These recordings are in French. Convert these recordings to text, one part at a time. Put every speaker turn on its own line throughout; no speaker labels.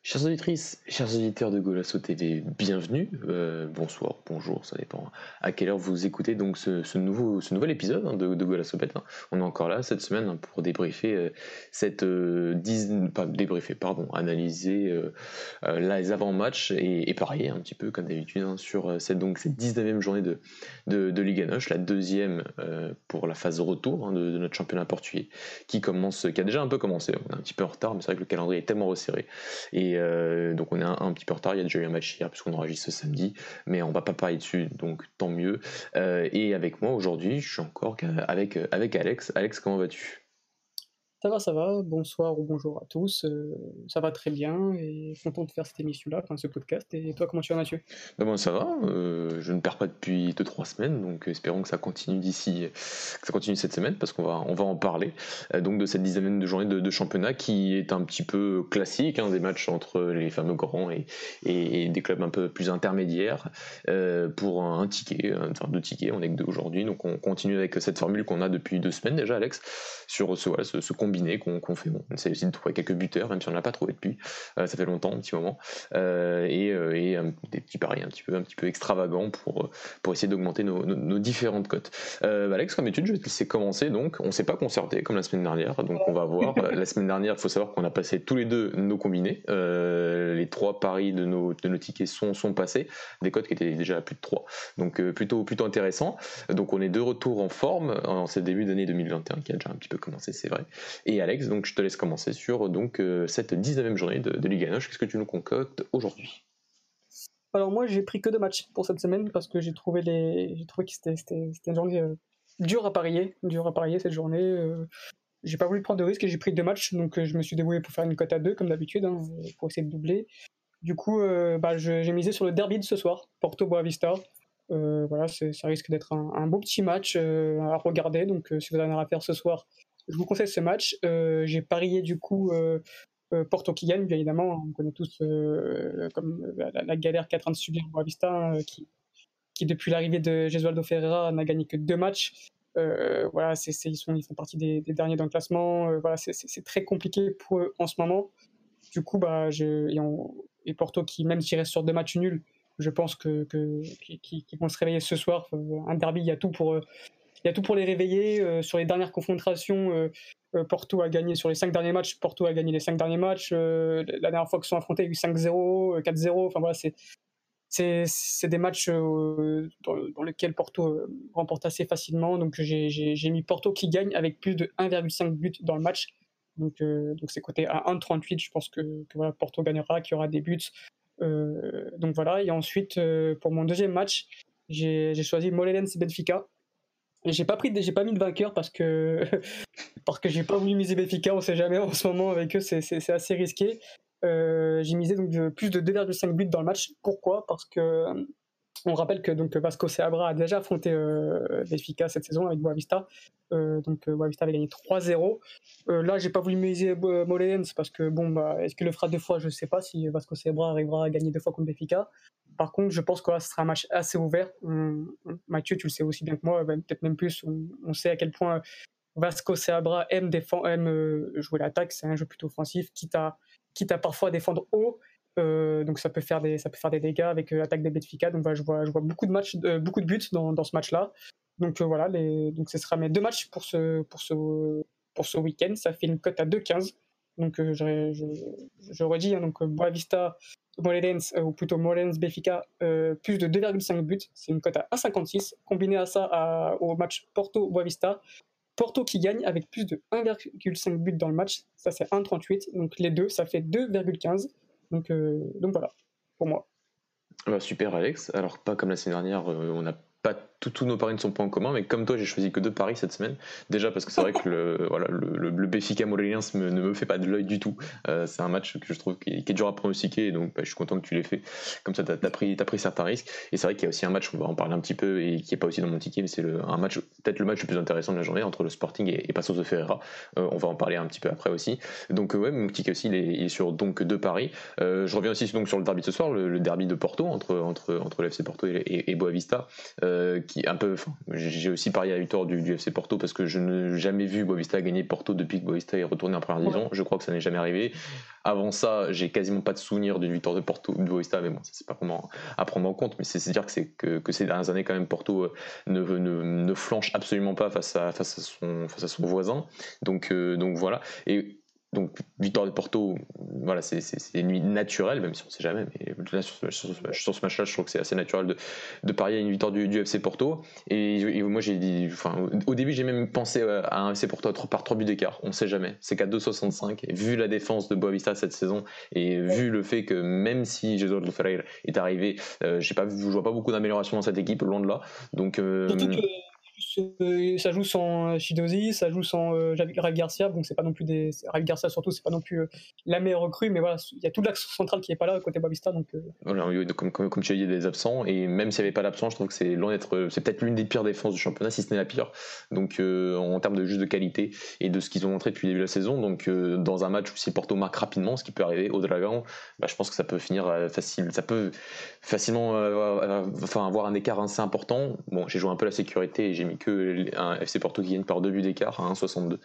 Chères auditrices, chers auditeurs de Golasso TV, bienvenue, bonsoir, bonjour, ça dépend à quelle heure vous écoutez donc ce nouvel épisode de Golasso Bet. On est encore là cette semaine pour débriefer analyser les avant-matchs et parier un petit peu comme d'habitude sur cette 19e journée de Liga NOS, la deuxième pour la phase retour de notre championnat portugais qui a déjà un peu commencé. On est un petit peu en retard, mais c'est vrai que le calendrier est tellement resserré. Et donc on est un petit peu en retard, il y a déjà eu un match hier puisqu'on enregistre ce samedi, mais on va pas parler dessus, donc tant mieux. Et avec moi aujourd'hui, je suis encore avec Alex. Alex, comment vas-tu ?
Ça va, bonsoir ou bonjour à tous, ça va très bien et content de faire cette émission-là, enfin ce podcast. Et toi, comment tu vas, Mathieu ?
Bon, ça va, je ne perds pas depuis 2-3 semaines, donc espérons que ça continue cette semaine, parce qu'on va en parler, donc de cette dizaine de journées de championnat qui est un petit peu classique, des matchs entre les fameux grands et des clubs un peu plus intermédiaires, pour un ticket, enfin 2 tickets, on est que 2 aujourd'hui, donc on continue avec cette formule qu'on a depuis 2 semaines déjà, Alex, sur ce combiné qu'on fait. On essaie aussi de trouver quelques buteurs, même si on ne l'a pas trouvé depuis, ça fait longtemps, un petit moment, et des petits paris un petit peu extravagants pour essayer d'augmenter nos différentes cotes. Alex, comme d'habitude, je vais te laisser commencer. Donc, on ne s'est pas concerté comme la semaine dernière, donc on va voir. La semaine dernière, il faut savoir qu'on a passé tous les deux nos combinés. Les 3 paris de nos tickets sont passés, des cotes qui étaient déjà à plus de 3, donc plutôt intéressant. Donc on est de retour en forme en ce début d'année 2021 qui a déjà un petit peu commencé, c'est vrai. Et Alex, donc je te laisse commencer sur cette 19e journée de Liga NOS. Qu'est-ce que tu nous concoctes aujourd'hui ?
Alors moi, j'ai pris que 2 matchs pour cette semaine parce que j'ai trouvé que c'était une journée dure à parier cette journée. J'ai pas voulu prendre de risques et j'ai pris 2 matchs, donc je me suis débrouillé pour faire une cote à 2 comme d'habitude, pour essayer de doubler. Du coup, j'ai misé sur le derby de ce soir, Porto-Boavista. Voilà, ça risque d'être un beau petit match à regarder, donc si vous avez rien à faire ce soir, je vous conseille ce match. J'ai parié du coup Porto qui gagne, bien évidemment. On connaît tous comme la galère qu'a en train de subir Boavista, qui depuis l'arrivée de Jesualdo Ferreira n'a gagné que 2 matchs. Voilà, ils font partie des derniers dans le classement. Voilà, c'est très compliqué pour eux en ce moment. Du coup, et Porto qui, même s'ils restent sur 2 matchs nuls, je pense qu'ils vont se réveiller ce soir. Un derby, il y a tout pour les réveiller. Sur les dernières confrontations, Porto a gagné sur les 5 derniers matchs. Porto a gagné les 5 derniers matchs. La dernière fois qu'ils sont affrontés, il y a eu 5-0, 4-0. Enfin voilà, c'est des matchs dans lesquels Porto remporte assez facilement. Donc j'ai mis Porto qui gagne avec plus de 1,5 but dans le match. Donc c'est coté à 1,38. Je pense que voilà, Porto gagnera, qu'il y aura des buts. Donc voilà. Et ensuite, pour mon deuxième match, j'ai choisi Moreirense Benfica. Et j'ai pas mis de vainqueur parce que j'ai pas voulu miser Benfica. On sait jamais en ce moment avec eux, c'est assez risqué. J'ai misé donc plus de 2,5 buts dans le match. Pourquoi ? Parce que on rappelle que donc Vasco Seabra a déjà affronté Benfica cette saison avec Boavista. Donc Boavista avait gagné 3-0. Là, j'ai pas voulu miser Moreirense parce que est-ce qu'il le fera 2 fois ? Je sais pas si Vasco Seabra arrivera à gagner 2 fois contre Benfica. Par contre, je pense que là, ce sera un match assez ouvert. Mathieu, tu le sais aussi bien que moi, peut-être même plus. On sait à quel point Vasco Seabra aime jouer l'attaque. C'est un jeu plutôt offensif, quitte à parfois défendre haut. Donc ça peut faire des dégâts avec l'attaque des Benfica. Donc je vois beaucoup de buts dans ce match-là. Donc voilà, donc ce sera mes 2 matchs pour ce week-end. Ça fait une cote à 2,15. Donc je redis, donc Boavista Moreirense, ou plutôt Moreirense Benfica, plus de 2,5 buts, c'est une cote à 1,56. Combiné à ça au match Porto Boavista, Porto qui gagne avec plus de 1,5 buts dans le match, ça c'est 1,38. Donc les deux, ça fait 2,15. Donc voilà, pour moi.
Super Alex, alors pas comme la semaine dernière, on n'a pas tous nos paris ne sont pas en commun, mais comme toi j'ai choisi que 2 paris cette semaine, déjà parce que c'est vrai que le Benfica Moreirense ne me fait pas de l'œil du tout. C'est un match que je trouve qui est dur à pronostiquer, et donc je suis content que tu l'aies fait, comme ça t'as pris certains risques. Et c'est vrai qu'il y a aussi un match, on va en parler un petit peu, et qui est pas aussi dans mon ticket, mais c'est un match, peut-être le match le plus intéressant de la journée, entre le Sporting et Paços de Ferreira. On va en parler un petit peu après aussi. Donc ouais, mon ticket aussi il est sur donc 2 paris. Je reviens aussi donc sur le derby de ce soir, le derby de Porto entre le FC Porto et Boavista, qui un peu. J'ai aussi parié à la victoire du FC Porto parce que je n'ai jamais vu Boavista gagner Porto depuis que Boavista est retourné en première division. Je crois que ça n'est jamais arrivé. Avant ça, j'ai quasiment pas de souvenir d'une victoire de Porto, de Boavista, mais bon, ça c'est pas vraiment à prendre en compte. Mais c'est dire que ces dernières années, quand même, Porto ne flanche absolument pas face à son voisin. Donc voilà. Et donc victoire de Porto, voilà, c'est une nuit naturelle, même si on ne sait jamais, mais là, sur ce match-là, je trouve que c'est assez naturel de parier à une victoire du FC Porto. Et moi, j'ai dit, au début, j'ai même pensé à un FC Porto par 3 buts d'écart, on ne sait jamais. C'est qu'à 2,65, et vu la défense de Boavista cette saison, et vu le fait que même si Jesualdo Ferreira est arrivé, je vois pas beaucoup d'amélioration dans cette équipe, loin de là. Donc,
surtout que ça joue sans Shidozi, ça joue sans Ravi Garcia, donc c'est pas non plus Ravi Garcia surtout, c'est pas non plus la meilleure recrue, mais voilà, il y a tout l'axe central qui est pas là côté Boavista, donc
voilà, comme tu as dit, il y a des absents, et même s'il n'y avait pas d'absents, je trouve que c'est loin d'être, c'est peut-être l'une des pires défenses du championnat, si ce n'est la pire. Donc en termes de juste de qualité et de ce qu'ils ont montré depuis le début de la saison, donc dans un match où si Porto marque rapidement, ce qui peut arriver au Dragão, je pense que ça peut finir facile, ça peut facilement avoir un écart assez important. Bon, j'ai joué un peu la sécurité et j'ai mis que un FC Porto qui gagne par 2 buts d'écart à 1,62.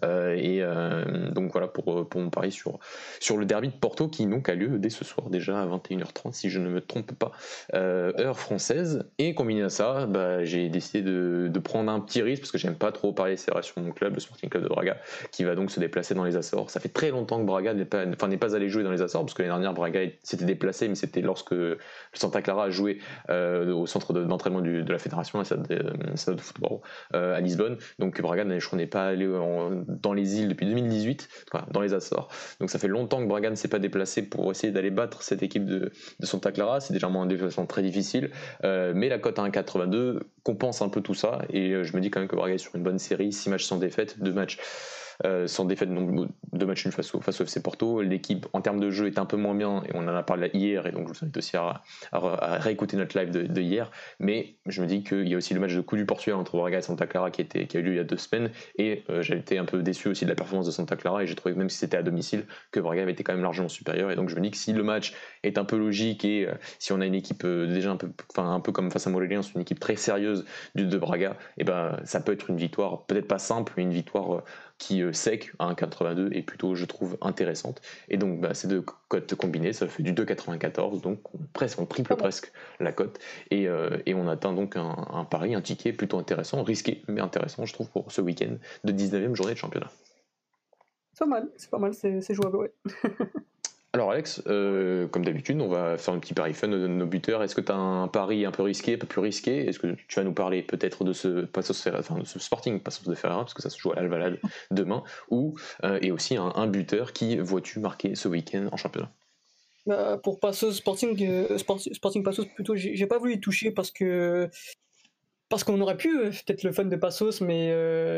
Donc voilà pour mon pari sur le derby de Porto qui donc a lieu dès ce soir déjà à 21h30 si je ne me trompe pas, heure française. Et combiné à ça, j'ai décidé de prendre un petit risque parce que j'aime pas trop parier sur mon club, le Sporting Club de Braga, qui va donc se déplacer dans les Açores. Ça fait très longtemps que Braga n'est pas allé jouer dans les Açores, parce que l'année dernière Braga s'était déplacé, mais c'était lorsque le Santa Clara a joué au centre d'entraînement de la fédération, la stade de football à Lisbonne. Donc Braga, je crois, n'est pas allé dans les îles depuis 2018, dans les Açores. Donc ça fait longtemps que Braga ne s'est pas déplacé pour essayer d'aller battre cette équipe de Santa Clara. C'est déjà un déplacement très difficile, mais la cote à 1,82 compense un peu tout ça, et je me dis quand même que Braga est sur une bonne série, 6 matchs sans défaite, 2 matchs sans défaite, donc 2 matchs nuls face au FC Porto. L'équipe en termes de jeu est un peu moins bien, et on en a parlé hier, et donc je vous invite aussi à réécouter notre live de hier, mais je me dis qu'il y a aussi le match de coup du Portugal entre Braga et Santa Clara qui a eu lieu il y a 2 semaines, et j'ai été un peu déçu aussi de la performance de Santa Clara, et j'ai trouvé que même si c'était à domicile, que Braga avait été quand même largement supérieur, et donc je me dis que si le match est un peu logique, et si on a une équipe déjà un peu comme face à Morelia, c'est une équipe très sérieuse de Braga, et ça peut être une victoire, peut-être pas simple, mais une victoire qui sec à 1,82 est plutôt, je trouve, intéressante. Et donc ces deux cotes combinées, ça fait du 2,94, donc on triple presque la cote, et on atteint donc un pari, un ticket plutôt intéressant, risqué mais intéressant, je trouve, pour ce week-end de 19e journée de championnat.
C'est pas mal, c'est jouable, ouais.
Alors Alex, comme d'habitude, on va faire un petit pari fun de nos buteurs. Est-ce que tu as un pari un peu risqué, un peu plus risqué? Est-ce que tu vas nous parler peut-être de ce Sporting Passos de Ferreira, parce que ça se joue à l'Alvalade demain, et aussi un buteur qui vois-tu marquer ce week-end en championnat?
Pour Passos, Sporting Passos plutôt, j'ai pas voulu y toucher parce qu'on aurait pu peut-être le fun de Passos, mais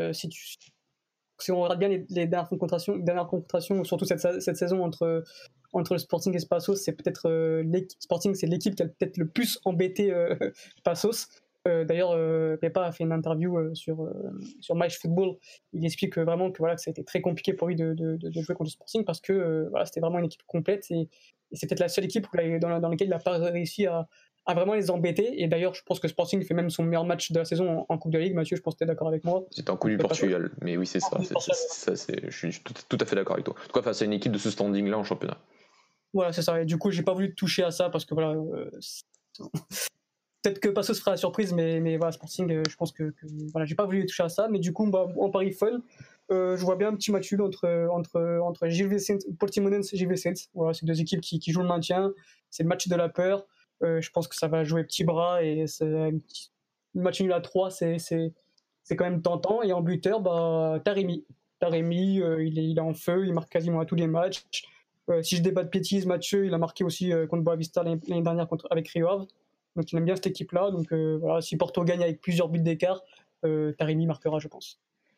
si on regarde bien les dernières confrontations, surtout cette saison entre le Sporting et Passos, c'est peut-être Sporting, c'est l'équipe qui a peut-être le plus embêté Passos. D'ailleurs, Pepa a fait une interview sur Match Football. Il explique vraiment que ça a été très compliqué pour lui de jouer contre le Sporting parce que c'était vraiment une équipe complète, et c'est peut-être la seule équipe dans laquelle il n'a pas réussi à vraiment les embêter. Et d'ailleurs, je pense que Sporting fait même son meilleur match de la saison en Coupe de la Ligue. Mathieu, je pense que tu es d'accord avec moi.
C'est un coup du Portugal, mais oui, c'est ça. Je suis tout à fait d'accord avec toi. En tout cas, face à une équipe de ce standing-là en championnat.
Voilà, c'est ça. Et du coup, j'ai pas voulu toucher à ça parce que peut-être que Passos fera la surprise, mais voilà, Sporting, je pense que j'ai pas voulu toucher à ça. Mais du coup, en pari fun, je vois bien un petit match nul entre Gil Vicente, Portimonense et Gil Vicente. Voilà, c'est 2 équipes qui jouent le maintien. C'est le match de la peur. Je pense que ça va jouer petit bras, et le match nul à 3, c'est quand même tentant. Et en buteur, Taremi, il est en feu, il marque quasiment à tous les matchs. Si je débat de bêtises, Mathieu, il a marqué aussi contre Boavista l'année dernière avec Rio Ave. Donc il aime bien cette équipe-là. Donc si Porto gagne avec plusieurs buts d'écart, Taremi marquera, je pense.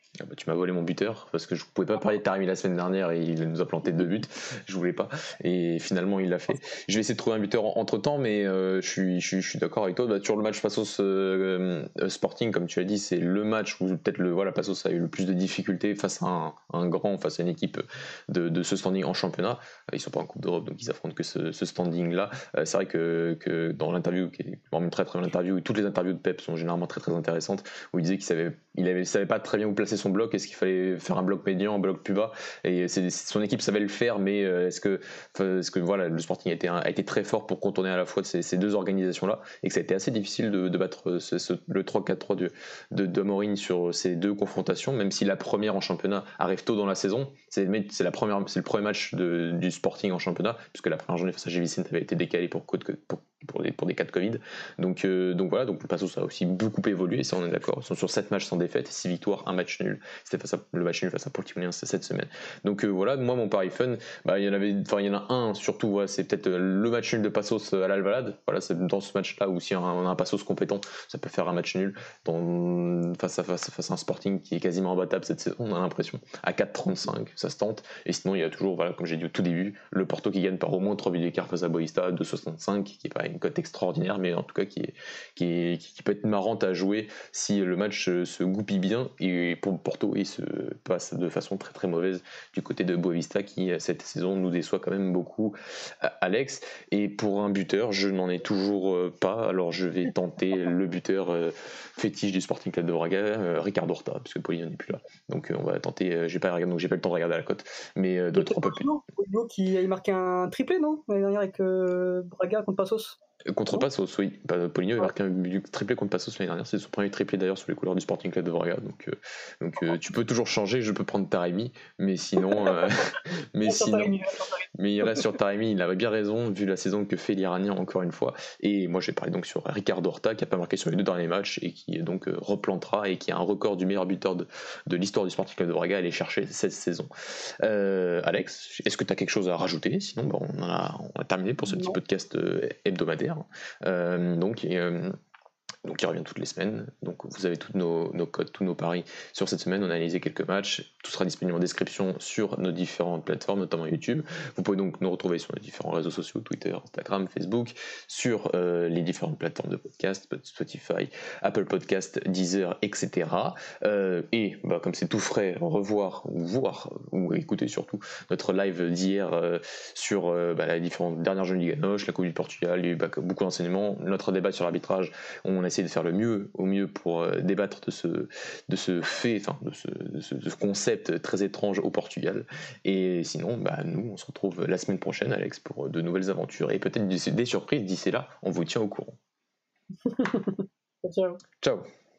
Ah bah, tu m'as volé mon buteur parce que je pouvais pas parler de Taremi la semaine dernière et il nous a planté 2 buts. Je voulais pas et finalement il l'a fait. Je vais essayer de trouver un buteur entre temps, mais je suis d'accord avec toi. Bah, sur le match Passos Sporting, comme tu as dit, c'est le match où peut-être voilà, Passos a eu le plus de difficultés face à face à une équipe de ce standing en championnat. Ils sont pas en Coupe d'Europe donc ils affrontent que ce standing là. C'est vrai que dans l'interview, qui est vraiment très très bonne interview, et toutes les interviews de Pep sont généralement très très intéressantes, où il disait qu'il savait pas très bien où placer son bloc, est-ce qu'il fallait faire un bloc médian, un bloc plus bas, et son équipe savait le faire, mais est-ce que voilà, le Sporting a été très fort pour contourner à la fois ces deux organisations là, et que ça a été assez difficile de battre le 3-4-3 de Mourinho sur ces deux confrontations, même si la première en championnat arrive tôt dans la saison. C'est le premier match du Sporting en championnat, puisque la première journée face à Gévicente avait été décalée pour des cas de Covid. Donc voilà, donc le Passos a aussi beaucoup évolué, ça on est d'accord. Ils sont sur 7 matchs sans défaite, 6 victoires, 1 match nul. C'était le match nul face à Portimonense cette semaine. Donc voilà, moi mon pari fun, il y en a un surtout, voilà, c'est peut-être le match nul de Passos à l'Alvalade. Voilà, c'est dans ce match-là où si on a un Passos compétent, ça peut faire un match nul face à un Sporting qui est quasiment imbattable cette saison, on a l'impression. À 4,35, ça se tente. Et sinon, il y a toujours, voilà, comme j'ai dit au tout début, le Porto qui gagne par au moins 3 buts d'écart face à Boavista, 2,65, qui n'est pas une cote extraordinaire, mais en tout cas qui peut être marrante à jouer si le match se goupille bien. Et pour Porto, il se passe de façon très très mauvaise du côté de Boavista, qui cette saison nous déçoit quand même beaucoup, Alex. Et pour un buteur, je n'en ai toujours pas, alors je vais tenter le buteur fétiche du Sporting Club de Braga, Ricardo Horta, parce que Paulinho n'est plus là. Donc on va tenter, j'ai pas le temps de regarder la cote, mais de 3 peu plus.
Paulinho qui a marqué un triplé, non, l'année dernière avec Braga contre Passos.
Contre Passos, oui. Paulinho a marqué un triplé contre Passos l'année dernière. C'est son premier triplé d'ailleurs sous les couleurs du Sporting Club de Braga. Donc tu peux toujours changer. Je peux prendre Taremi, mais sinon, mais il reste sur Taremi. Il avait bien raison vu la saison que fait l'Iranien encore une fois. Et moi, j'ai parlé donc sur Ricardo Horta qui a pas marqué sur les 2 derniers matchs et qui donc replantera et qui a un record du meilleur buteur de l'histoire du Sporting Club de Braga à aller chercher cette saison. Alex, est-ce que tu as quelque chose à rajouter? Sinon, on a terminé pour ce petit podcast hebdomadaire. Donc il revient toutes les semaines. Donc vous avez tous nos codes, tous nos paris sur cette semaine. On a analysé quelques matchs. Tout sera disponible en description sur nos différentes plateformes, notamment YouTube. Vous pouvez donc nous retrouver sur nos différents réseaux sociaux, Twitter, Instagram, Facebook, sur les différentes plateformes de podcast, Spotify, Apple Podcast, Deezer, etc. Et comme c'est tout frais, revoir ou voir ou écouter surtout notre live d'hier sur la différentes dernières jeunes Ligue Noche, la Coupe du Portugal. Il y a eu beaucoup d'enseignements. Notre débat sur l'arbitrage, on a essayé de faire au mieux pour débattre de ce fait, de ce concept très étrange au Portugal. Et sinon, nous, on se retrouve la semaine prochaine, Alex, pour de nouvelles aventures et peut-être des surprises. D'ici là, on vous tient au courant.
Ciao.
Ciao.